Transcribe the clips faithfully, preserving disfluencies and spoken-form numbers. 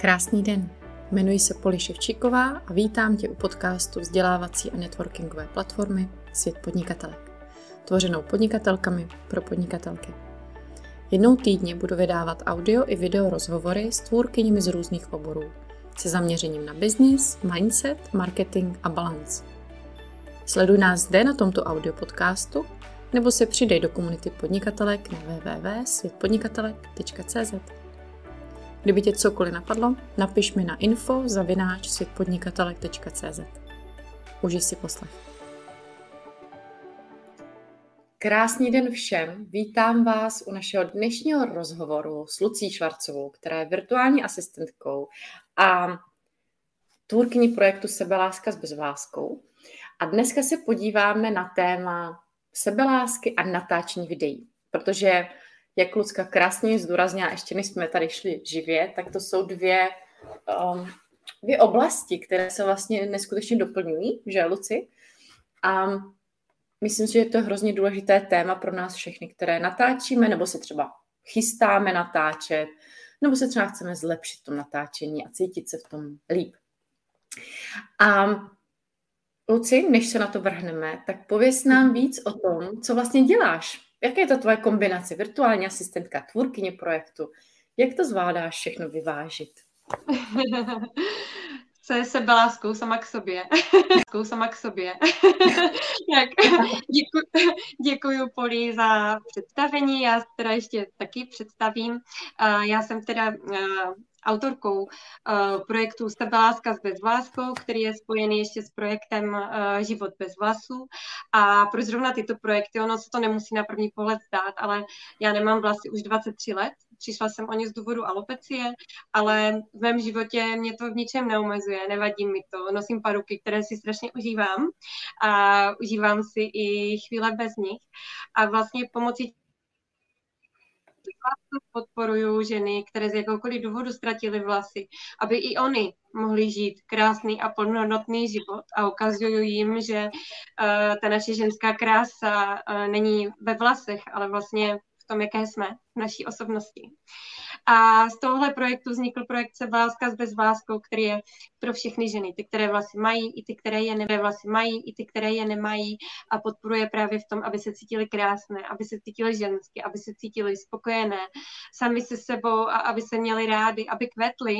Krásný den, jmenuji se Poli Ševčíková a vítám tě u podcastu vzdělávací a networkingové platformy Svět podnikatelek, tvořenou podnikatelkami pro podnikatelky. Jednou týdně budu vydávat audio i video rozhovory s tvůrkyněmi z různých oborů, se zaměřením na business, mindset, marketing a balance. Sleduj nás zde na tomto audio podcastu nebo se přidej do komunity podnikatelek na w w w tečka svět podnikatelek tečka c z. Kdyby tě cokoliv napadlo, napiš mi na info zavináč svět podnikatelek tečka c z. Užij si poslech. Krásný den všem, vítám vás u našeho dnešního rozhovoru s Lucí Švarcovou, která je virtuální asistentkou a tvůrkyní projektu Sebeláska s bezvláskou. A dneska se podíváme na téma sebelásky a natáčení videí, protože jak Lucka krásně zdůraznila, ještě než jsme tady šli živě, tak to jsou dvě, um, dvě oblasti, které se vlastně neskutečně doplňují, že Luci? A myslím si, že je to hrozně důležité téma pro nás všechny, které natáčíme, nebo se třeba chystáme natáčet, nebo se třeba chceme zlepšit v tom natáčení a cítit se v tom líp. A Luci, než se na to vrhneme, tak pověz nám víc o tom, co vlastně děláš. Jaká je to tvoje kombinace? Virtuální asistentka, tvůrkyně projektu. Jak to zvládáš všechno vyvážit? Co je sebeláskou sama k sobě. Láskou sama k sobě. Tak, děkuji, děkuji Poli za představení. Já teda ještě taky představím. Já jsem teda autorkou uh, projektu Sebeláska s bezvláskou, který je spojený ještě s projektem uh, Život bez vlasů. A proč zrovna tyto projekty? Ono se to nemusí na první pohled zdát, ale já nemám vlasy už dvacet tři let. Přišla jsem o ně z důvodu alopecie, ale v mém životě mě to v ničem neomezuje, nevadí mi to. Nosím paruky, které si strašně užívám a užívám si i chvíle bez nich. A vlastně pomocí podporuju ženy, které z jakoukoliv důvodu ztratily vlasy, aby i oni mohli žít krásný a plnohodnotný život a ukazuju jim, že uh, ta naše ženská krása uh, není ve vlasech, ale vlastně v tom, jaké jsme, v naší osobnosti. A z tohohle projektu vznikl projekt Sebeláska s bezvláskou, který je pro všechny ženy, ty, které vlasy mají, i ty, které je ne, vlasy mají, i ty, které je nemají a podporuje právě v tom, aby se cítily krásné, aby se cítily žensky, aby se cítily spokojené sami se sebou a aby se měly rády, aby kvetly,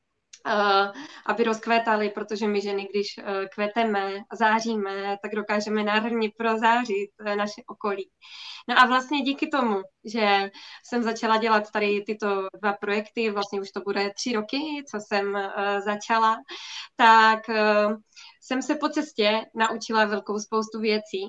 Uh, aby rozkvétaly, protože my ženy, když uh, kveteme a záříme, tak dokážeme nádherně prozářit uh, naše okolí. No a vlastně díky tomu, že jsem začala dělat tady tyto dva projekty, vlastně už to bude tři roky, co jsem uh, začala, tak uh, jsem se po cestě naučila velkou spoustu věcí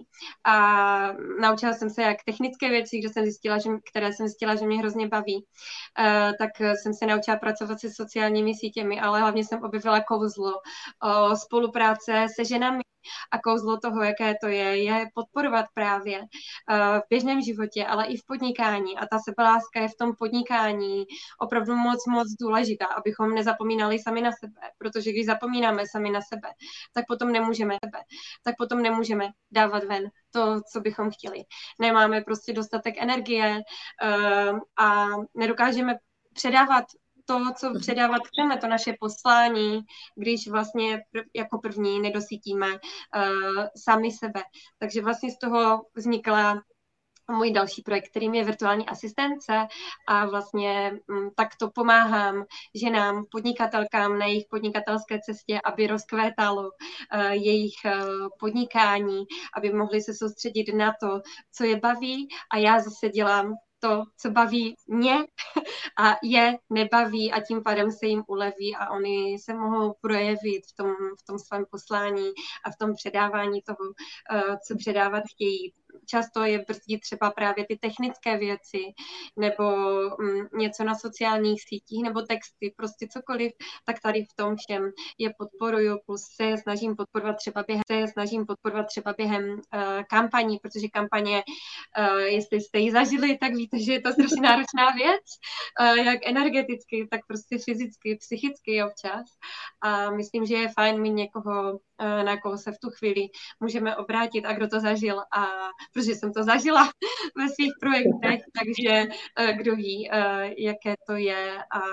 a naučila jsem se jak technické věci, kde jsem zjistila, že, které jsem zjistila, že mě hrozně baví, uh, tak jsem se naučila pracovat se sociálními sítěmi, ale hlavně jsem objevila kouzlo o spolupráce se ženami a kouzlo toho, jaké to je, je podporovat právě uh, v běžném životě, ale i v podnikání a ta sebeláska je v tom podnikání opravdu moc, moc důležitá, abychom nezapomínali sami na sebe, protože když zapomínáme sami na sebe, tak potom nemůžeme sebe, tak potom nemůžeme dávat ven to, co bychom chtěli. Nemáme prostě dostatek energie uh, a nedokážeme předávat to, co předávat chceme, to naše poslání, když vlastně prv, jako první nedosytíme uh, sami sebe. Takže vlastně z toho vznikla můj další projekt, kterým je virtuální asistence a vlastně m, takto pomáhám ženám, podnikatelkám na jejich podnikatelské cestě, aby rozkvétalo uh, jejich uh, podnikání, aby mohli se soustředit na to, co je baví a já zase dělám to, co baví mě a je nebaví a tím pádem se jim uleví a oni se mohou projevit v tom, v tom svém poslání a v tom předávání toho, co předávat chtějí. Často je brzdí třeba právě ty technické věci nebo mm, něco na sociálních sítích nebo texty, prostě cokoliv, tak tady v tom všem je podporuju, plus se je snažím podporovat třeba během, se je snažím podporovat třeba během uh, kampaní, protože kampaně, uh, jestli jste ji zažili, tak víte, že je to strašně náročná věc, uh, jak energeticky, tak prostě fyzicky, psychicky občas. A myslím, že je fajn mít někoho, uh, na koho se v tu chvíli můžeme obrátit a kdo to zažil a protože jsem to zažila ve svých projektech, takže kdo ví, jaké to je a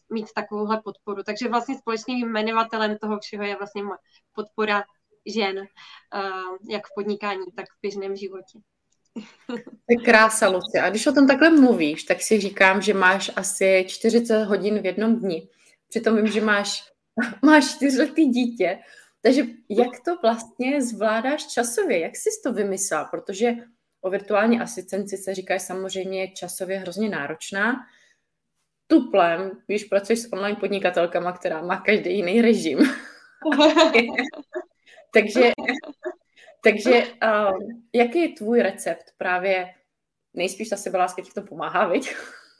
mít takovouhle podporu. Takže vlastně společným jmenovatelem toho všeho je vlastně podpora žen, jak v podnikání, tak v běžném životě. To je krása, Lucie. A když o tom takhle mluvíš, tak si říkám, že máš asi čtyřicet hodin v jednom dni. Přitom vím, že máš, máš čtyřletý dítě. Takže jak to vlastně zvládáš časově? Jak jsi to vymyslela? Protože o virtuální asistenci se říká, samozřejmě je časově hrozně náročná. Tuplem, když pracuješ s online podnikatelkama, která má každý jiný režim. takže takže um, jaký je tvůj recept? Právě nejspíš ta sebeláska ti to pomáhá, viď?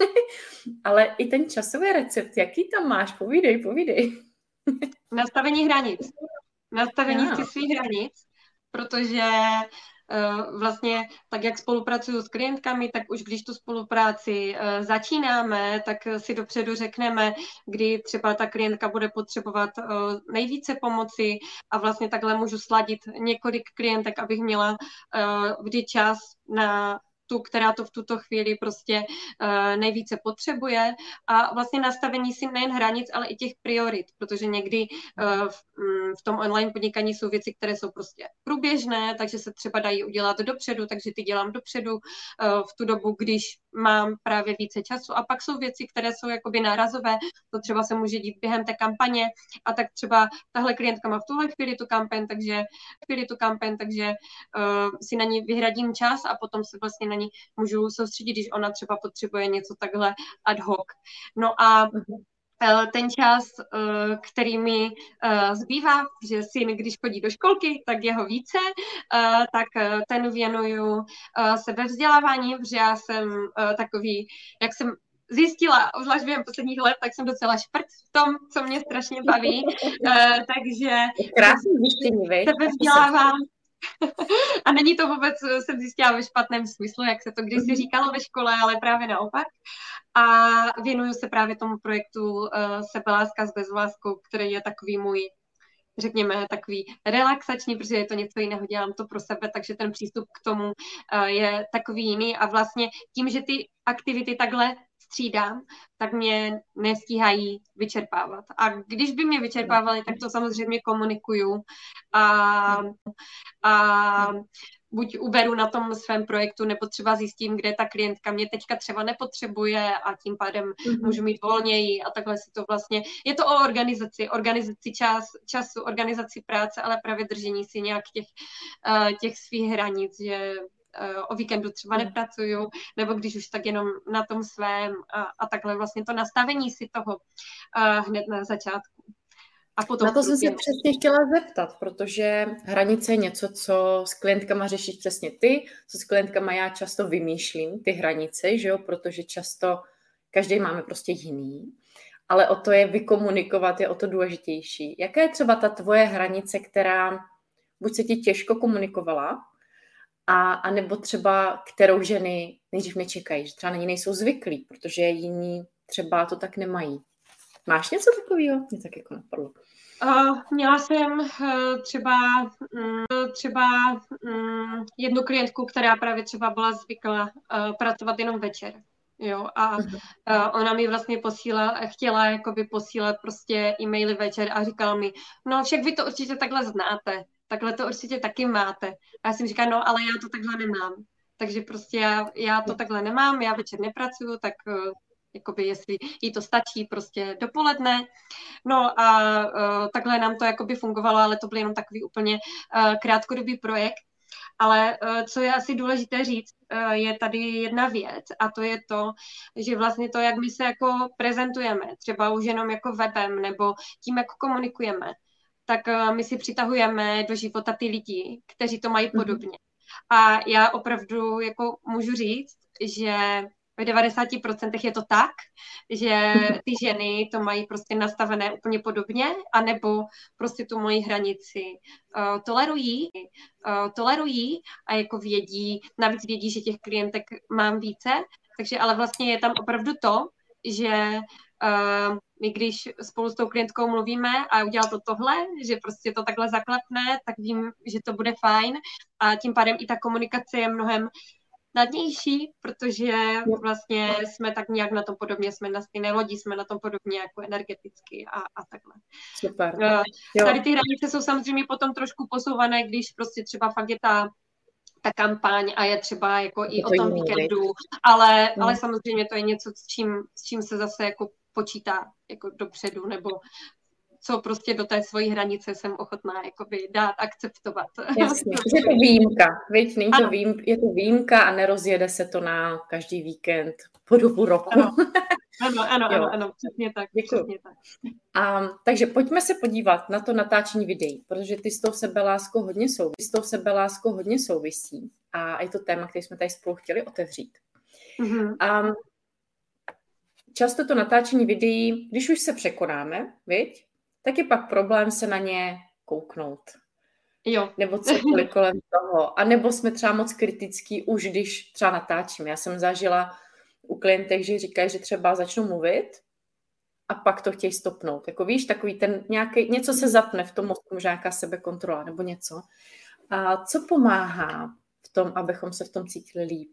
Ale i ten časový recept, jaký tam máš? Povídej, povídej. Nastavení hranic. Nastavení si svých hranic, protože uh, vlastně tak, jak spolupracuju s klientkami, tak už když tu spolupráci uh, začínáme, tak si dopředu řekneme, kdy třeba ta klientka bude potřebovat uh, nejvíce pomoci a vlastně takhle můžu sladit několik klientek, abych měla uh, vždy čas na tu, která to v tuto chvíli prostě uh, nejvíce potřebuje a vlastně nastavení si nejen hranic, ale i těch priorit, protože někdy uh, v, v tom online podnikání jsou věci, které jsou prostě průběžné, takže se třeba dají udělat dopředu, takže ty dělám dopředu uh, v tu dobu, když mám právě více času a pak jsou věci, které jsou jakoby nárazové, to třeba se může dít během té kampaně a tak třeba tahle klientka má v tuhle chvíli tu kampaň, takže, chvíli tu kampaň, takže uh, si na ní vyhradím čas a potom se vlastně na ní můžu soustředit, když ona třeba potřebuje něco takhle ad hoc. No a ten čas, který mi zbývá, že syn, když chodí do školky, tak jeho více, tak ten věnuju sebevzdělávání, protože já jsem takový, jak jsem zjistila, zvlášť během posledních let, tak jsem docela šprt v tom, co mě strašně baví, takže krásný zjištění, sebevzdělávám. A není to vůbec, jsem zjistila ve špatném smyslu, jak se to kdysi říkalo ve škole, ale právě naopak. A věnuju se právě tomu projektu uh, Sebeláska s bezláskou, který je takový můj, řekněme, takový relaxační, protože je to něco jiného, dělám to pro sebe, takže ten přístup k tomu uh, je takový jiný a vlastně tím, že ty aktivity takhle střídám, tak mě nestíhají vyčerpávat. A když by mě vyčerpávali, tak to samozřejmě komunikuju a, a buď uberu na tom svém projektu, nebo třeba zjistím, kde ta klientka mě teďka třeba nepotřebuje a tím pádem mm-hmm. můžu mít volněji a takhle si to vlastně, je to o organizaci, organizaci čas, času, organizaci práce, ale právě držení si nějak těch, těch svých hranic, že o víkendu třeba nepracuju, nebo když už tak jenom na tom svém a, a takhle vlastně to nastavení si toho uh, hned na začátku. A potom na to jsem se přesně chtěla zeptat, protože hranice je něco, co s klientkama řešíš přesně ty, co s klientkama já často vymýšlím, ty hranice, že jo, protože často každý máme prostě jiný, ale o to je vykomunikovat, je o to důležitější. Jaká je třeba ta tvoje hranice, která buď se ti těžko komunikovala, A, a nebo třeba, kterou ženy nejdřív nečekají, že třeba na ní nejsou zvyklí, protože jiní třeba to tak nemají. Máš něco takového? Mě tak jako napadlo. Uh, měla jsem uh, třeba, um, třeba um, jednu klientku, která právě třeba byla zvyklá uh, pracovat jenom večer. Jo, a uh, ona mi vlastně posílala, chtěla jakoby posílat prostě e-maily večer a říkala mi, no však vy to určitě takhle znáte. Takhle to určitě taky máte. A já jsem říkala, no ale já to takhle nemám. Takže prostě já, já to takhle nemám, já večer nepracuju, tak uh, jakoby jestli jí to stačí prostě dopoledne. No a uh, takhle nám to jakoby fungovalo, ale to byl jenom takový úplně uh, krátkodobý projekt. Ale uh, co je asi důležité říct, uh, je tady jedna věc a to je to, že vlastně to, jak my se jako prezentujeme, třeba už jenom jako webem nebo tím, jak komunikujeme, tak my si přitahujeme do života ty lidi, kteří to mají podobně. A já opravdu jako můžu říct, že v devadesáti procentech je to tak, že ty ženy to mají prostě nastavené úplně podobně, anebo prostě tu moji hranici uh, tolerují, uh, tolerují a jako vědí, navíc vědí, že těch klientek mám více, takže ale vlastně je tam opravdu to, že uh, my když spolu s tou klientkou mluvíme a udělá to tohle, že prostě to takhle zaklapne, tak vím, že to bude fajn a tím pádem i ta komunikace je mnohem snadnější, protože vlastně jsme tak nějak na tom podobně, jsme na stejné lodi, jsme na tom podobně jako energeticky a, a takhle. Super. Uh, tady ty hranice jsou samozřejmě potom trošku posouvané, když prostě třeba fakt je ta ta kampaň a je třeba jako i o tom víkendu, ale, hmm. ale samozřejmě to je něco, s čím, s čím se zase jako počítá jako dopředu, nebo co prostě do té svojí hranice jsem ochotná jakoby dát, akceptovat. Jasně, je to výjimka, viď? Není to výjimka, je to výjimka a nerozjede se to na každý víkend po dobu roku. Ano, ano, ano, ano, ano, přesně tak. Přesně tak. A, takže pojďme se podívat na to natáčení videí, protože ty s tou sebeláskou hodně souvisí, s tou sebeláskou hodně souvisí a je to téma, který jsme tady spolu chtěli otevřít. Mm-hmm. A často to natáčení videí, když už se překonáme, viď? Tak je pak problém se na ně kouknout. Jo. Nebo cokoliv kolem toho. A nebo jsme třeba moc kritický už, když třeba natáčíme. Já jsem zažila u klientek, že říkají, že třeba začnou mluvit a pak to chtějí stopnout. Jako víš, takový ten nějaký, něco se zapne v tom mozku, možná nějaká sebekontrola nebo něco. A co pomáhá v tom, abychom se v tom cítili líp?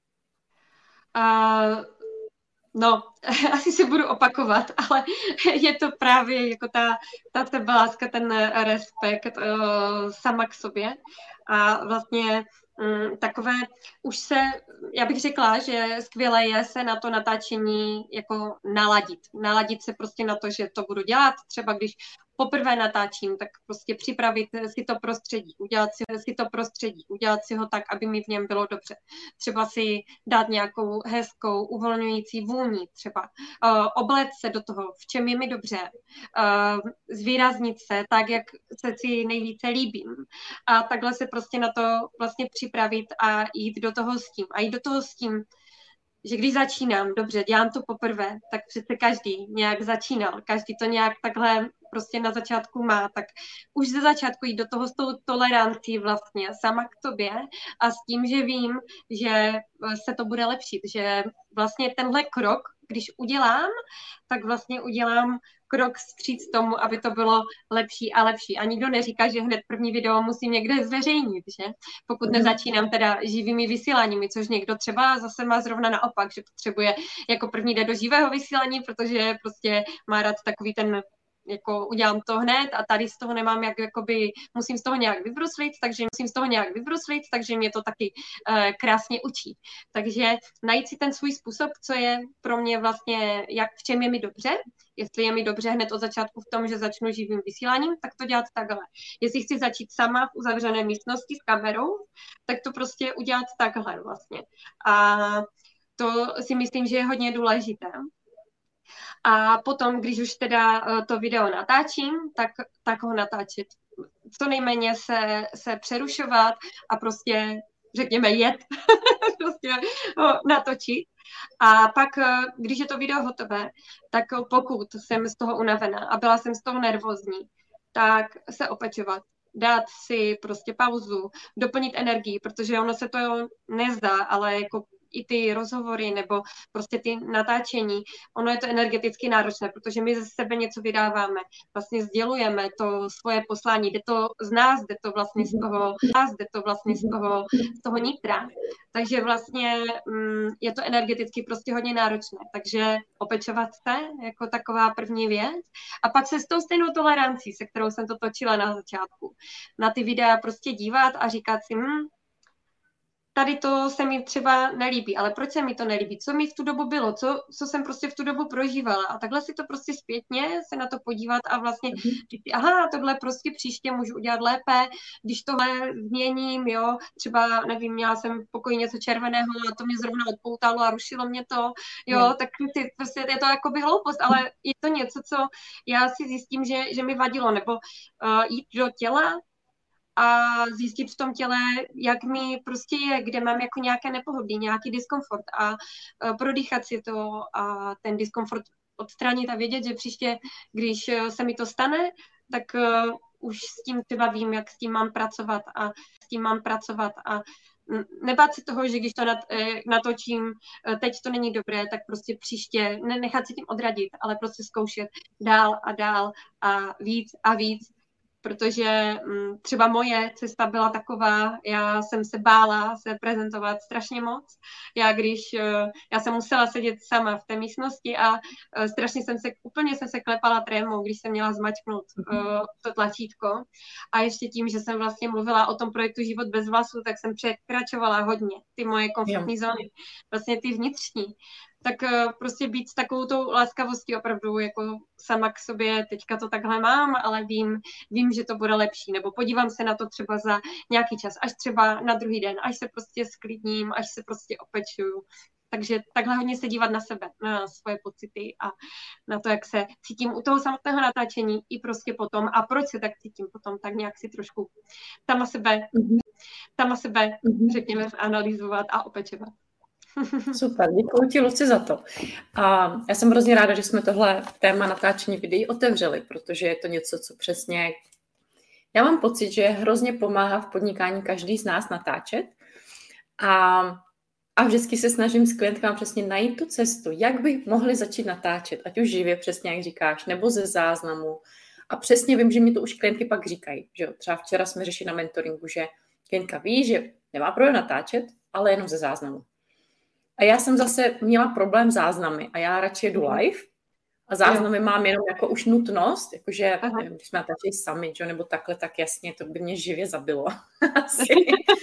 Uh... No, asi se budu opakovat, ale je to právě jako ta, ta sebeláska, ten respekt uh, sama k sobě a vlastně um, takové, už se, já bych řekla, že skvělé je se na to natáčení jako naladit. Naladit se prostě na to, že to budu dělat, třeba když poprvé natáčím, tak prostě připravit si to prostředí, udělat si, si to prostředí, udělat si ho tak, aby mi v něm bylo dobře. Třeba si dát nějakou hezkou, uvolňující vůni, třeba uh, obléct se do toho, v čem je mi dobře, uh, zvýraznit se tak, jak se si nejvíce líbím a takhle se prostě na to vlastně připravit a jít do toho s tím. A jít do toho s tím, že když začínám, dobře, dělám to poprvé, tak přece každý nějak začínal, každý to nějak takhle prostě na začátku má, tak už ze začátku jít do toho s tou tolerancí vlastně sama k sobě a s tím, že vím, že se to bude lepšit, že vlastně tenhle krok, když udělám, tak vlastně udělám krok vstříc tomu, aby to bylo lepší a lepší. A nikdo neříká, že hned první video musím někde zveřejnit, že? Pokud nezačínám teda živými vysíláními, což někdo třeba zase má zrovna naopak, že potřebuje jako první jde do živého vysílání, protože prostě má rád takový ten jako udělám to hned a tady z toho nemám jak, jakoby, musím z toho nějak vybruslit, takže musím z toho nějak vybruslit, takže mě to taky uh, krásně učí. Takže najít si ten svůj způsob, co je pro mě vlastně, jak, v čem je mi dobře, jestli je mi dobře hned od začátku v tom, že začnu živým vysíláním, tak to dělat takhle. Jestli chci začít sama v uzavřené místnosti s kamerou, tak to prostě udělat takhle vlastně. A to si myslím, že je hodně důležité. A potom, když už teda to video natáčím, tak, tak ho natáčet. Co nejméně se, se přerušovat a prostě, řekněme, jet, prostě ho natočit. A pak, když je to video hotové, tak pokud jsem z toho unavená a byla jsem z toho nervózní, tak se opečovat, dát si prostě pauzu, doplnit energii, protože ono se to nezdá, ale jako i ty rozhovory nebo prostě ty natáčení, ono je to energeticky náročné, protože my ze sebe něco vydáváme, vlastně sdělujeme to svoje poslání, jde to z nás, jde to vlastně z toho, nás, jde to vlastně z toho, z toho nitra. Takže vlastně mm, je to energeticky prostě hodně náročné, takže opečovat se jako taková první věc a pak se s tou stejnou tolerancí, se kterou jsem to točila na začátku, na ty videa prostě dívat a říkat si, hm, tady to se mi třeba nelíbí, ale proč se mi to nelíbí? Co mi v tu dobu bylo? Co, co jsem prostě v tu dobu prožívala? A takhle si to prostě zpětně se na to podívat a vlastně říct, aha, tohle prostě příště můžu udělat lépe, když tohle změním, jo, třeba, nevím, měla jsem v pokoji něco červeného a to mě zrovna odpoutalo a rušilo mě to, jo, hmm. tak ty, prostě je to jakoby hloupost, ale je to něco, co já si zjistím, že, že mi vadilo, nebo uh, jít do těla, a zjistit v tom těle, jak mi prostě je, kde mám jako nějaké nepohodlí, nějaký diskomfort a uh, prodýchat si to a ten diskomfort odstranit a vědět, že příště, když se mi to stane, tak uh, už s tím třeba vím, jak s tím mám pracovat a s tím mám pracovat a nebát se toho, že když to natočím, teď to není dobré, tak prostě příště nechat se tím odradit, ale prostě zkoušet dál a dál a víc a víc. protože m, třeba moje cesta byla taková, já jsem se bála se prezentovat strašně moc. Já když, já jsem musela sedět sama v té místnosti a strašně jsem se, úplně jsem se klepala trémou, když jsem měla zmačknout uh, to tlačítko. A ještě tím, že jsem vlastně mluvila o tom projektu Život bez vlasů, tak jsem překračovala hodně ty moje komfortní zóny, vlastně ty vnitřní. Tak prostě být s takovou tou láskavostí opravdu jako sama k sobě, teďka to takhle mám, ale vím, vím, že to bude lepší, nebo podívám se na to třeba za nějaký čas, až třeba na druhý den, až se prostě sklidním, až se prostě opečuju. Takže takhle hodně se dívat na sebe, na svoje pocity a na to, jak se cítím u toho samotného natáčení i prostě potom a proč se tak cítím potom, tak nějak si trošku tam a sebe, tam a sebe, řekněme, analyzovat a opečovat. Super, děkuji ti, Luci, za to. A já jsem hrozně ráda, že jsme tohle téma natáčení videí otevřeli, protože je to něco, co přesně... Já mám pocit, že hrozně pomáhá v podnikání každý z nás natáčet a, a vždycky se snažím s klientkami přesně najít tu cestu, jak by mohli začít natáčet, ať už živě, přesně jak říkáš, nebo ze záznamu. A přesně vím, že mi to už klientky pak říkají, že jo? Třeba včera jsme řešili na mentoringu, že klientka ví, že nemá problém natáčet, ale jenom ze záznamu. A já jsem zase měla problém záznamy a já radši jedu live a záznamy jo. mám jenom jako už nutnost, jakože, nevím, když jsme natáčeli sami, že, nebo takhle, tak jasně, to by mě živě zabilo. Asi.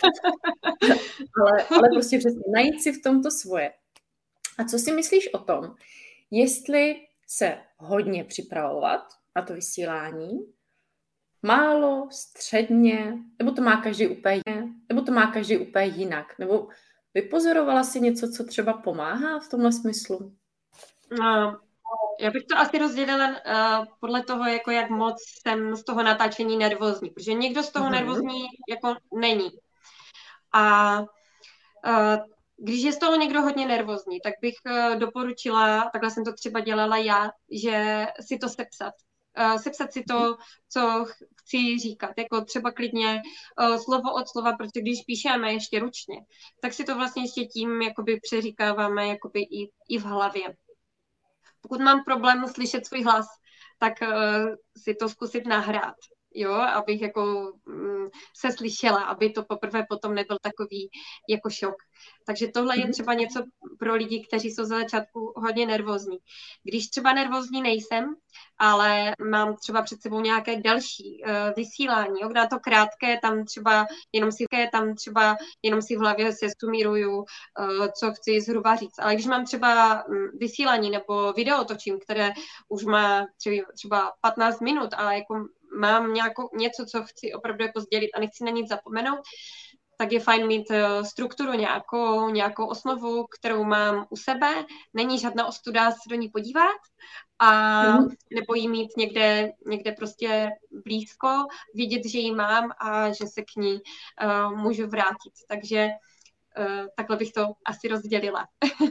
ale, ale prostě přesně najít si v tomto svoje. A co si myslíš o tom, jestli se hodně připravovat na to vysílání, málo, středně, nebo to má každý úplně, nebo to má každý úplně jinak, nebo vypozorovala jsi něco, co třeba pomáhá v tomhle smyslu? No, já bych to asi rozdělila uh, podle toho, jako jak moc jsem z toho natáčení nervózní, protože někdo z toho mm-hmm. nervózní jako není. A uh, když je z toho někdo hodně nervózní, tak bych uh, doporučila, takhle jsem to třeba dělala já, že si to sepsat. Uh, sepsat si to, co chci říkat, jako třeba klidně uh, slovo od slova, protože když píšeme ještě ručně, tak si to vlastně ještě tím jakoby přeříkáváme jakoby i, i v hlavě. Pokud mám problém slyšet svůj hlas, tak uh, si to zkusit nahrát, jo, abych jako um, se slyšela, aby to poprvé potom nebyl takový jako šok. Takže tohle je třeba něco pro lidi, kteří jsou za začátku hodně nervózní. Když třeba nervózní nejsem, ale mám třeba před sebou nějaké další uh, vysílání, jo, na to krátké, tam třeba jenom si, tam třeba jenom si v hlavě sesumíruju, uh, co chci zhruba říct. Ale když mám třeba um, vysílání nebo video točím, které už má třeba, třeba patnáct minut a jako mám nějakou, něco, co chci opravdu jako sdělit a nechci na nic zapomenout, tak je fajn mít uh, strukturu nějakou, nějakou osnovu, kterou mám u sebe. Není žádná ostuda se do ní podívat a mm. nebo jí mít někde, někde prostě blízko, vidět, že ji mám a že se k ní uh, můžu vrátit. Takže uh, takhle bych to asi rozdělila.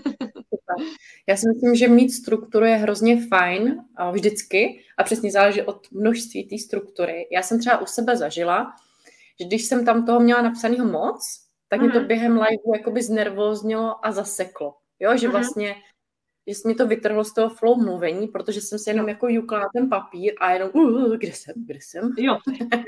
Já si myslím, že mít strukturu je hrozně fajn vždycky a přesně záleží od množství té struktury. Já jsem třeba u sebe zažila, že když jsem tam toho měla napsaného moc, tak mě to během liveu jakoby znervóznilo a zaseklo. Jo, že vlastně, že mě to vytrhlo z toho flow mluvení, protože jsem se jenom jako jukla na ten papír a jenom, uh, kde jsem, kde jsem? Jo.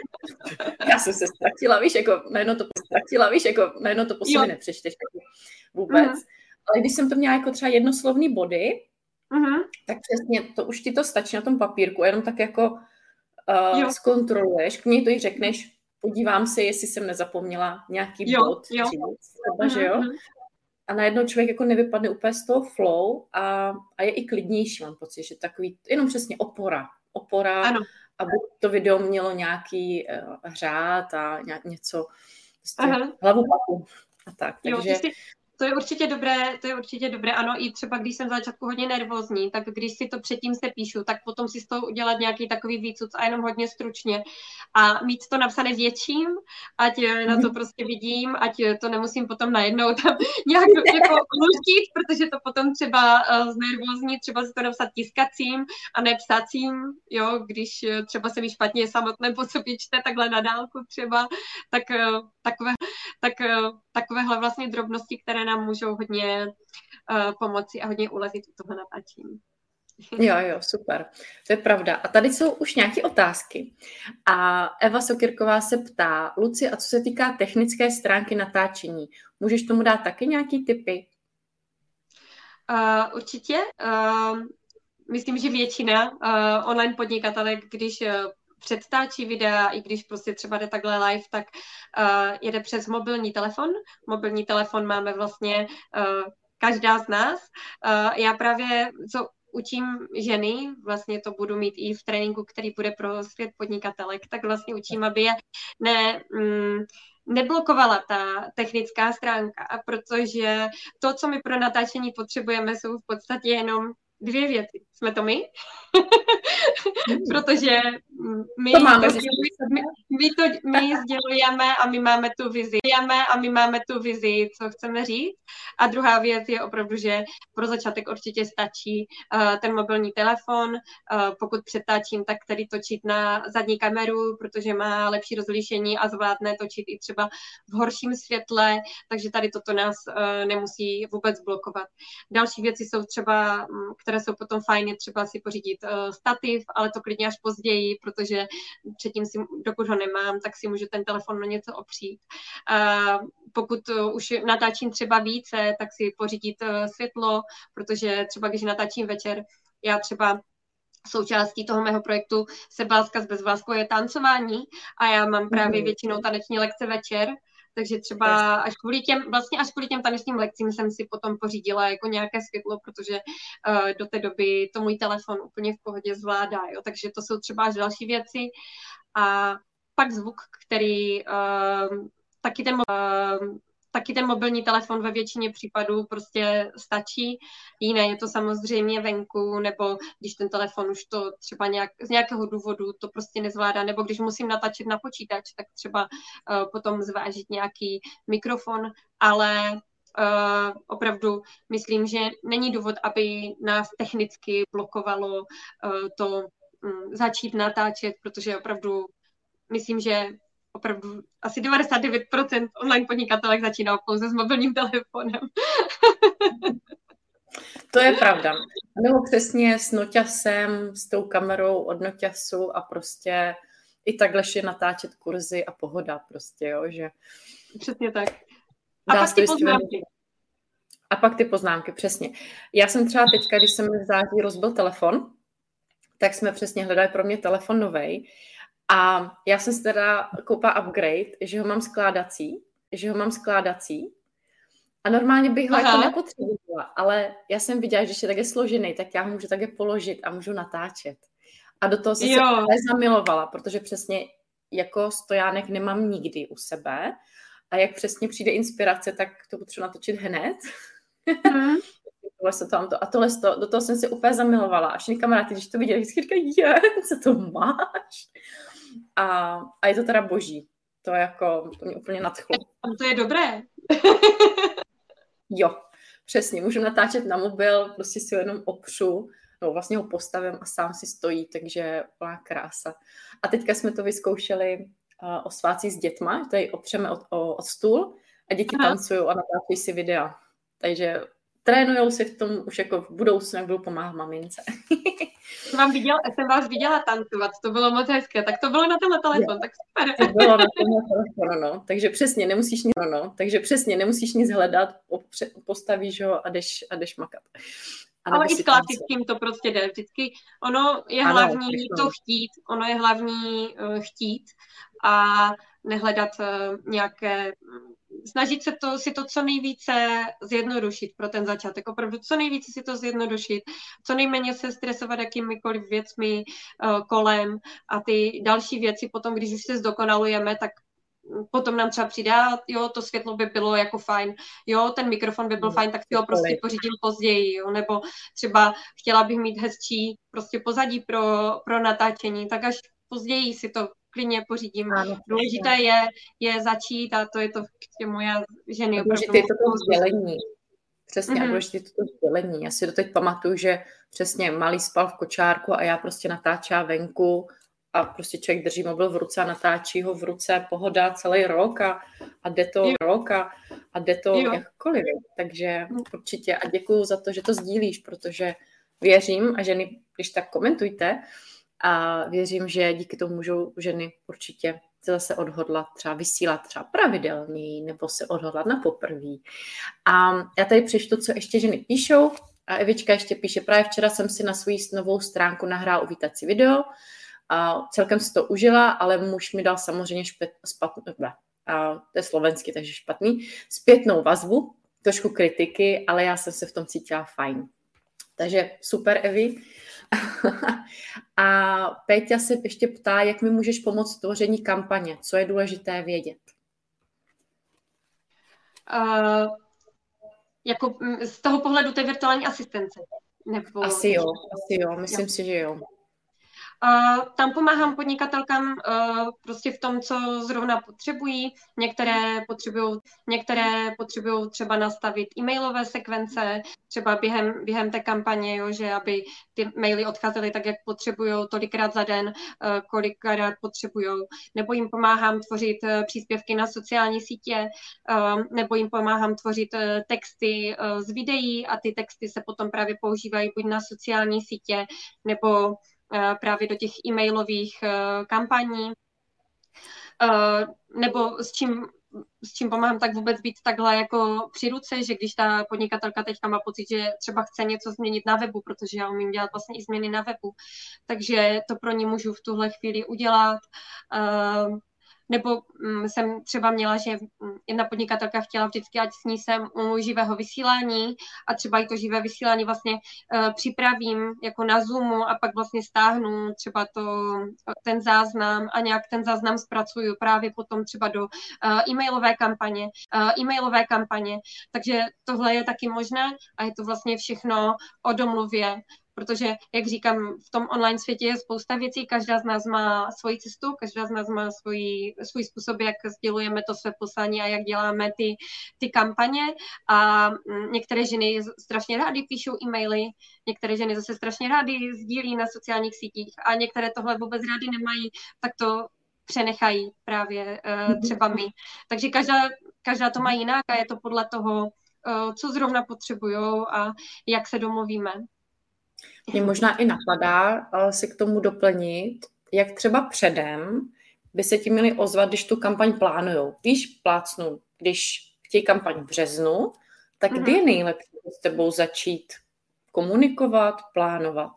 Já jsem se ztratila, víš, jako najednou to ztratila, víš, jako najednou to po sobě nepřečteš vůbec. Uh-huh. Ale když jsem to měla jako třeba jednoslovný body, uh-huh. tak přesně to už ti to stačí na tom papírku, jenom tak jako uh, zkontroluješ, k něj to i řekneš, podívám se, jestli jsem nezapomněla nějaký jo, bod. Jo. Třeba, že jo? A najednou člověk jako nevypadne úplně z toho flow a, a je i klidnější, mám pocit, že takový, jenom přesně opora. Opora, ano. aby to video mělo nějaký uh, řád a nějak něco, prostě hlavu papu a tak. Takže... Jo, To je určitě dobré, to je určitě dobré, ano, i třeba když jsem za začátku hodně nervózní, tak když si to předtím se píšu, tak potom si z toho udělat nějaký takový výcuc a jenom hodně stručně a mít to napsané větším, ať na to prostě vidím, ať to nemusím potom najednou tam nějak jako luštit, protože to potom třeba z nervózní, třeba si to napsat tiskacím a ne psacím, jo, když třeba se mi špatně samotné po sobě čte takhle na dálku třeba, tak takové, tak, takovéhle vlastně drobnosti, které nám můžou hodně uh, pomoci a hodně ulevit u toho natáčení. Jo, jo, super. To je pravda. A tady jsou už nějaké otázky. A Eva Sokirková se ptá, Luci, a co se týká technické stránky natáčení, můžeš tomu dát taky nějaký tipy? Uh, určitě. Uh, myslím, že většina uh, online podnikatelek, když uh, předtáčí videa, i když prostě třeba jde takhle live, tak uh, jede přes mobilní telefon. Mobilní telefon máme vlastně uh, každá z nás. Uh, já právě, co učím ženy, vlastně to budu mít i v tréninku, který bude pro svět podnikatelek, tak vlastně učím, aby je ne... Mm, neblokovala ta technická stránka, protože to, co my pro natáčení potřebujeme, jsou v podstatě jenom dvě věci. Jsme to my, protože my to, máme, to my, my to my sdělujeme a my máme tu vizi. A my máme tu vizi, co chceme říct. A druhá věc je opravdu, že pro začátek určitě stačí uh, ten mobilní telefon. Uh, pokud přetáčím, tak tady točit na zadní kameru, protože má lepší rozlišení a zvládne točit i třeba v horším světle, takže tady toto nás uh, nemusí vůbec blokovat. Další věci jsou třeba, které jsou potom fajn, je třeba si pořídit uh, stativ, ale to klidně až později, protože předtím, si, dokud ho nemám, tak si můžu ten telefon na něco opřít. Uh, pokud uh, už natáčím třeba více, tak si pořídit uh, světlo, protože třeba když natáčím večer, já třeba součástí toho mého projektu Sebáska s bezvláskou je tancování a já mám právě většinou taneční lekce večer, takže třeba až kvůli těm, vlastně až kvůli těm tanečním lekcím jsem si potom pořídila jako nějaké světlo, protože uh, do té doby to můj telefon úplně v pohodě zvládá, jo? Takže to jsou třeba až další věci. A pak zvuk, který uh, taky ten uh, taky ten mobilní telefon ve většině případů prostě stačí. Jiné je to samozřejmě venku, nebo když ten telefon už to třeba nějak, z nějakého důvodu to prostě nezvládá, nebo když musím natáčet na počítač, tak třeba uh, potom zvážit nějaký mikrofon, ale uh, opravdu myslím, že není důvod, aby nás technicky blokovalo uh, to um, začít natáčet, protože opravdu myslím, že opravdu asi devadesát devět procent online podnikatelek začíná pouze s mobilním telefonem. To je pravda. Nebo přesně s noťasem, s tou kamerou od noťasu a prostě i takhle je natáčet kurzy a pohoda prostě, jo, že... Přesně tak. A pak ty poznámky. A pak ty poznámky, přesně. Já jsem třeba teďka, když jsem v září rozbil telefon, tak jsme přesně hledali pro mě telefon novej. A já jsem si teda koupila upgrade, že ho mám skládací, že ho mám skládací a normálně bych ho Aha. jako nepotřebovala, ale já jsem viděla, že když je také složený, tak já ho můžu také položit a můžu natáčet. A do toho jsem jo. se zamilovala, protože přesně jako stojánek nemám nikdy u sebe a jak přesně přijde inspirace, tak to potřebuji natočit hned. Mm. A tohle do toho jsem se úplně zamilovala. A všichni kamarádi, když to viděli, vždycky říkají, je, co to máš? A, a je to teda boží. To jako, to mě úplně nadchlo. To je dobré. Jo, přesně. Můžu natáčet na mobil, prostě si ho jenom opřu, no vlastně ho postavím a sám si stojí, takže úplná krása. A teďka jsme to vyzkoušeli uh, o svátcích s dětma, tady opřeme od, o, od stůl a děti Aha. tancují a natáčejí si videa. Takže trénujou si v tom už jako v budoucnu, jak budu pomáhat mamince. Mám viděl, jsem vás viděla tancovat, to bylo moc hezké, tak to bylo na tenhle telefon, je. Tak super. To bylo na tenhle telefon, no. Takže přesně nemusíš nic, no, no. Takže přesně nemusíš nic hledat, opře, postavíš ho a jdeš, a jdeš makat. A ale i s klasickým to prostě jde vždycky. Ono je ano, hlavní to chtít, ono je hlavní uh, chtít a nehledat uh, nějaké snažit se to, si to co nejvíce zjednodušit pro ten začátek. Opravdu co nejvíce si to zjednodušit, co nejméně se stresovat jakýmikoliv věcmi uh, kolem a ty další věci potom, když už se zdokonalujeme, tak potom nám třeba přijde, jo, to světlo by bylo jako fajn, jo, ten mikrofon by byl fajn, tak si ho prostě pořídím později, jo, nebo třeba chtěla bych mít hezčí prostě pozadí pro, pro natáčení, tak až později si to klidně pořídím. Ano, důležité je, je začít a to je to, k čemu já ženy opravdu... Důležité je to sdělení. Přesně, mm-hmm. a důležité je to sdělení. Já si doteď pamatuju, že přesně malý spal v kočárku a já prostě natáčela venku a prostě člověk drží mobil v ruce a natáčí ho v ruce, pohoda celý rok a, a jde to jo. rok a, a jde to jo. jakkoliv. Takže určitě a děkuju za to, že to sdílíš, protože věřím, a ženy, když tak komentujte, a věřím, že díky tomu můžou ženy určitě se zase odhodlat, třeba vysílat třeba pravidelněji, nebo se odhodlat na poprví. A já tady přečtu, co ještě ženy píšou. A Evička ještě píše, právě včera jsem si na svou novou stránku nahrál uvítací video. A celkem si to užila, ale muž mi dal samozřejmě špět, spatnou, a to je slovensky, takže špatný, zpětnou vazbu, trošku kritiky, ale já jsem se v tom cítila fajn. Takže super, Evi. A Péťa se ještě ptá, jak mi můžeš pomoct v tvoření kampaně, co je důležité vědět? Uh, jako z toho pohledu té virtuální asistence? Nebo... Asi jo, asi jo, myslím jo. si, že jo. Uh, tam pomáhám podnikatelkám uh, prostě v tom, co zrovna potřebují. Některé potřebují, některé potřebují třeba nastavit e-mailové sekvence, třeba během, během té kampaně, jo, že aby ty maily odcházely tak, jak potřebují, tolikrát za den, uh, kolikrát potřebují. Nebo jim pomáhám tvořit uh, příspěvky na sociální sítě, uh, nebo jim pomáhám tvořit uh, texty uh, z videí a ty texty se potom právě používají buď na sociální sítě, nebo právě do těch e-mailových uh, kampaní, uh, nebo s čím, s čím pomáhám tak vůbec být takhle jako při ruce, že když ta podnikatelka teďka má pocit, že třeba chce něco změnit na webu, protože já umím dělat vlastně i změny na webu, takže to pro ní můžu v tuhle chvíli udělat. Uh, Nebo um, jsem třeba měla, že jedna podnikatelka chtěla vždycky, ať s ní jsem u živého vysílání a třeba i to živé vysílání vlastně uh, připravím jako na Zoomu a pak vlastně stáhnu třeba to, ten záznam a nějak ten záznam zpracuju právě potom třeba do uh, e-mailové kampaně, uh, e-mailové kampaně. Takže tohle je taky možné a je to vlastně všechno o domluvě. Protože, jak říkám, v tom online světě je spousta věcí, každá z nás má svoji cestu, každá z nás má svůj, svůj způsob, jak sdělujeme to své poslání a jak děláme ty, ty kampaně. A některé ženy strašně rády píšou e-maily, některé ženy zase strašně rády sdílí na sociálních sítích a některé tohle vůbec rády nemají, tak to přenechají právě uh, třeba my. Takže každá, každá to má jinak a je to podle toho, uh, co zrovna potřebujou a jak se domluvíme. Mě možná i napadá si k tomu doplnit, jak třeba předem by se ti měli ozvat, když tu kampaň plánujou. Víš, plácnu, když chtějí kampaň v březnu, tak kdy je nejlepší s tebou začít komunikovat, plánovat?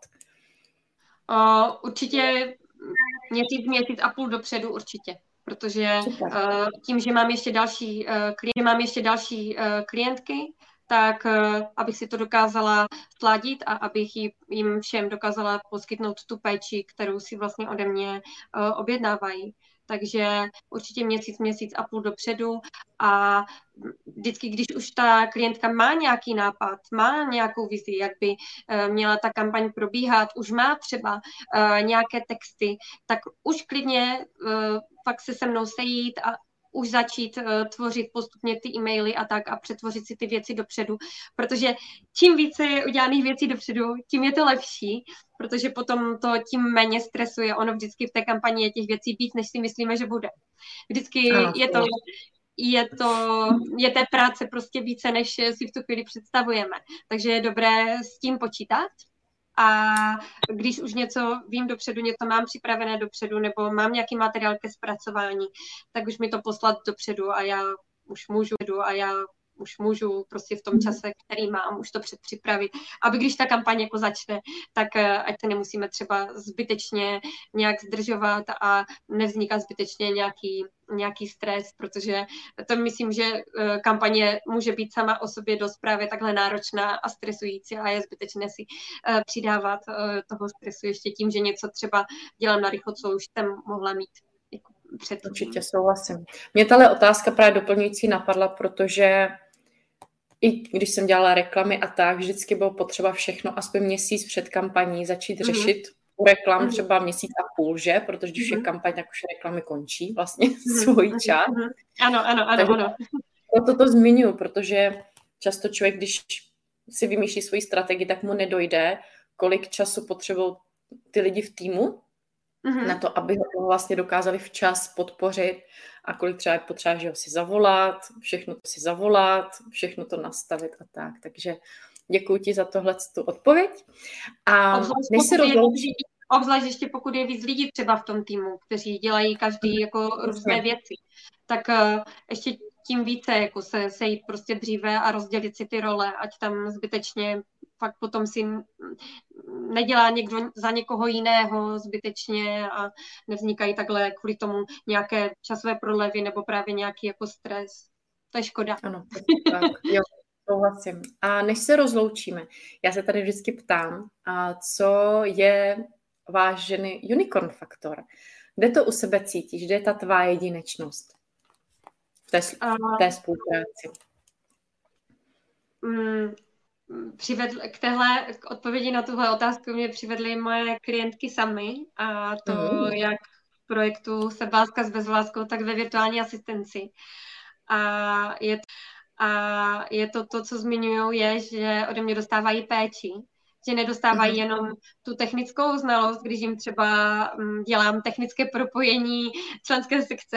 Uh, určitě měsíc, měsíc a půl dopředu určitě. Protože uh, tím, že mám ještě další, uh, klient, mám ještě další uh, klientky, tak uh, abych si to dokázala sladit a abych jim všem dokázala poskytnout tu péči, kterou si vlastně ode mě uh, objednávají. Takže určitě měsíc, měsíc a půl dopředu a vždycky, když už ta klientka má nějaký nápad, má nějakou vizi, jak by uh, měla ta kampaň probíhat, už má třeba uh, nějaké texty, tak už klidně uh, fakt se se mnou sejít a už začít uh, tvořit postupně ty e-maily a tak a přetvořit si ty věci dopředu, protože čím více je udělaných věcí dopředu, tím je to lepší, protože potom to tím méně stresuje. Ono vždycky v té kampani je těch věcí víc, než si myslíme, že bude. Vždycky ano, je to... Je, to, je té práce prostě více, než si v tu chvíli představujeme. Takže je dobré s tím počítat a když už něco vím dopředu, něco mám připravené dopředu nebo mám nějaký materiál ke zpracování, tak už mi to poslat dopředu a já už můžu a já už můžu prostě v tom čase, který mám, už to předpřipravit, aby když ta kampaň jako začne, tak ať se nemusíme třeba zbytečně nějak zdržovat a nevzniká zbytečně nějaký, nějaký stres, protože to myslím, že kampaně může být sama o sobě dost právě takhle náročná a stresující a je zbytečné si přidávat toho stresu ještě tím, že něco třeba dělám na rychlo, co už jsem mohla mít. Před... Určitě souhlasím. Mě tahle otázka právě doplňující napadla, protože i když jsem dělala reklamy a tak, vždycky bylo potřeba všechno aspoň měsíc před kampaní začít mm-hmm. řešit u reklam mm-hmm. třeba měsíc a půl, že? Protože když mm-hmm. je kampaň, tak už reklamy končí vlastně mm-hmm. svůj čas. Mm-hmm. Ano, ano, ano. Takže ano. proto to zmiňuji, protože často člověk, když si vymýšlí svoji strategii, tak mu nedojde, kolik času potřebují ty lidi v týmu, mm-hmm. na to, aby ho vlastně dokázali včas podpořit a kolik třeba je potřeba, že ho si zavolat, všechno to si zavolat, všechno to nastavit a tak. Takže Děkuji ti za tohle tu odpověď. A Obzvlášť než se rozloučí... Obzvlášť ještě pokud je víc lidí třeba v tom týmu, kteří dělají každý jako různé věci, tak uh, ještě tím více jako se sejít prostě dříve a rozdělit si ty role, ať tam zbytečně fakt potom si nedělá někdo za někoho jiného zbytečně a nevznikají takhle kvůli tomu nějaké časové prodlevy nebo právě nějaký jako stres. To je škoda. Ano, tak, jo. Souhlasím. A než se rozloučíme, já se tady vždycky ptám, a co je váš ženy unicorn faktor? Kde to u sebe cítíš? Kde je ta tvá jedinečnost v té, v té spolupráci? Mm, přivedl, k téhle k odpovědi na tuhle otázku mě přivedly moje klientky samy a to mm. jak v projektu Sebeláska s bezláskou, tak ve virtuální asistenci. A je A je to to, co zmiňují, je, že ode mě dostávají péči, že nedostávají jenom tu technickou znalost, když jim třeba dělám technické propojení členské sekce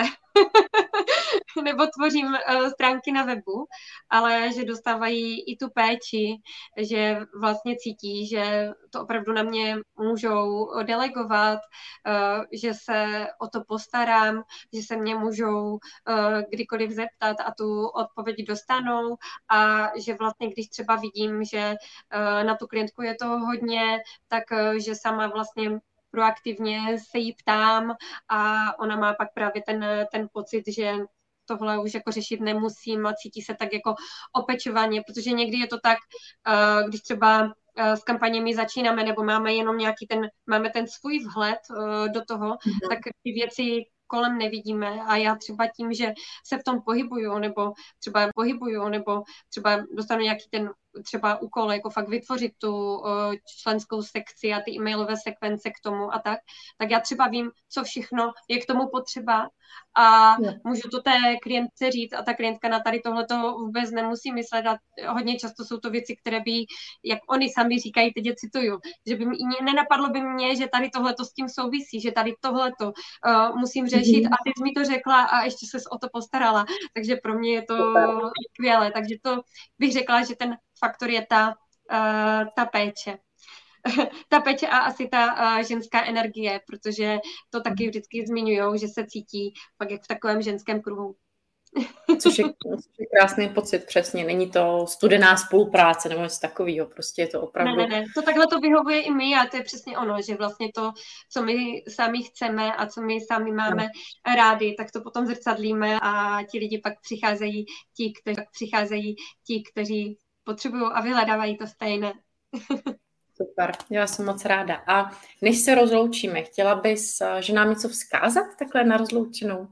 nebo tvořím uh, stránky na webu, ale že dostávají i tu péči, že vlastně cítí, že to opravdu na mě můžou delegovat, uh, že se o to postarám, že se mě můžou uh, kdykoliv zeptat a tu odpověď dostanou a že vlastně, když třeba vidím, že uh, na tu klientku je to hodně, tak uh, že sama vlastně proaktivně se jí ptám a ona má pak právě ten, ten pocit, že tohle už jako řešit nemusím a cítí se tak jako opečovaně, protože někdy je to tak, když třeba s kampaněmi začínáme nebo máme jenom nějaký ten, máme ten svůj vhled do toho, mm-hmm. tak ty věci kolem nevidíme a já třeba tím, že se v tom pohybuju, nebo třeba pohybuju, nebo třeba dostanu nějaký ten třeba úkol, jako fakt vytvořit tu uh, členskou sekci a ty e-mailové sekvence k tomu a tak, tak já třeba vím, co všechno je k tomu potřeba a no. můžu to té klientce říct a ta klientka na tady tohleto vůbec nemusí myslet a hodně často jsou to věci, které by, jak oni sami říkají, teď je cituju, že by mě, nenapadlo by mě, že tady tohleto s tím souvisí, že tady tohleto uh, musím řešit mm-hmm. a ty jsi mi to řekla a ještě ses o to postarala, takže pro mě je to skvělé, takže to bych řekla, že ten faktor je ta, uh, ta péče. ta péče a asi ta uh, ženská energie, protože to taky vždycky zmiňujou, že se cítí pak jak v takovém ženském kruhu. Což je, což je krásný pocit, přesně. Není to studená spolupráce nebo něco takového, prostě je to opravdu... Ne, ne, ne, to takhle to vyhovuje i my a to je přesně ono, že vlastně to, co my sami chceme a co my sami máme no. rádi, tak to potom zrcadlíme a ti lidi pak přicházejí, ti, kteří přicházejí, ti, kteří potřebují a vyhledávají to stejné. Super, já jsem moc ráda. A než se rozloučíme, chtěla bys, že nám něco vzkázat takhle na rozloučenou?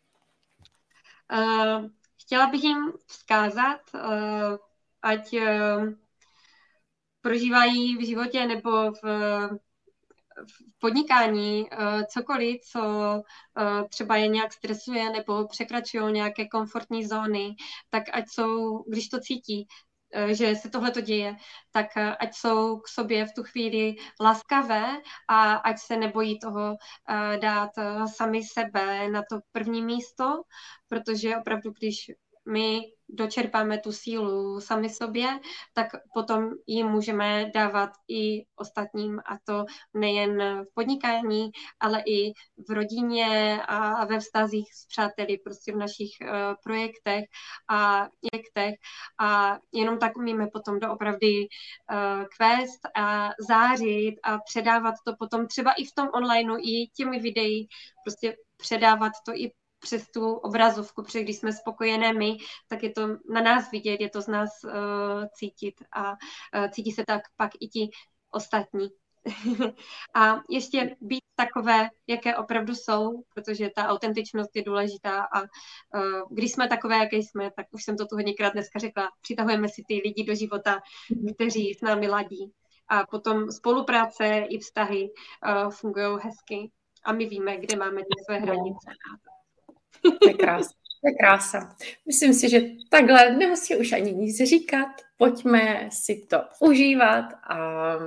Uh, chtěla bych jim vzkázat, uh, ať uh, prožívají v životě nebo v, v podnikání uh, cokoliv, co uh, třeba je nějak stresuje nebo překračují nějaké komfortní zóny, tak ať jsou, když to cítí, že se tohle to děje, tak ať jsou k sobě v tu chvíli laskavé a ať se nebojí toho dát sami sebe na to první místo, protože opravdu, když my dočerpáme tu sílu sami sobě, tak potom ji můžeme dávat i ostatním, a to nejen v podnikání, ale i v rodině a ve vztazích s přáteli, prostě v našich uh, projektech a projektech a jenom tak umíme potom doopravdy uh, kvést a zářit a předávat to potom třeba i v tom onlineu, i těmi videí, prostě předávat to i přes tu obrazovku, protože když jsme spokojené my, tak je to na nás vidět, je to z nás uh, cítit a uh, cítí se tak pak i ti ostatní. A ještě být takové, jaké opravdu jsou, protože ta autentičnost je důležitá a uh, když jsme takové, jaké jsme, tak už jsem to tu hodněkrát dneska řekla, přitahujeme si ty lidi do života, kteří s námi ladí. A potom spolupráce i vztahy uh, fungují hezky a my víme, kde máme ty své hranice. To je krása. To je krása. Myslím si, že takhle nemusí už ani nic říkat. Pojďme si to užívat a,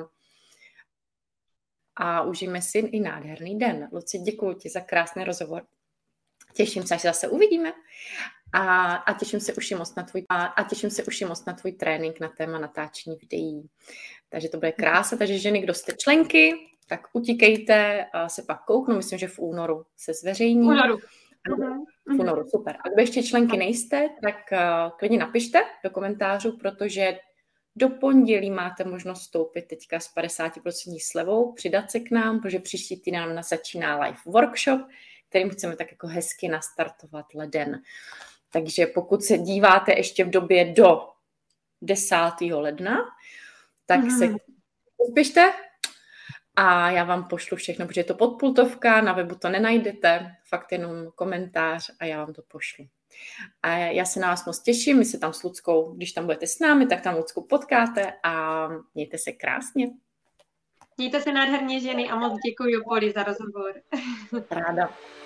a užijeme si i nádherný den. Luci, děkuji ti za krásný rozhovor. Těším se, až se zase uvidíme. A, a těším se už moc na tvůj a, a těším se už moc na tvůj trénink na téma natáčení videí. Takže to bude krása. Takže ženy, kdo jste členky, tak utíkejte a se pak kouknu. Myslím, že v únoru se zveřejní. V únoru. V únoru, super. A kdo ještě členky nejste, tak uh, klidně napište do komentářů, protože do pondělí máte možnost vstoupit teďka s padesát procent slevou, přidat se k nám, protože příští týden nám začíná live workshop, kterým chceme tak jako hezky nastartovat leden. Takže pokud se díváte ještě v době do desátého ledna, tak mm. se uspěšte a já vám pošlu všechno, protože je to podpultovka, na webu to nenajdete, fakt jenom komentář a já vám to pošlu. A já se na vás moc těším, my se tam s Luckou, když tam budete s námi, tak tam Lucku potkáte a mějte se krásně. Mějte se nádherně, ženy, a moc děkuji, Poli, za rozhovor. Ráda.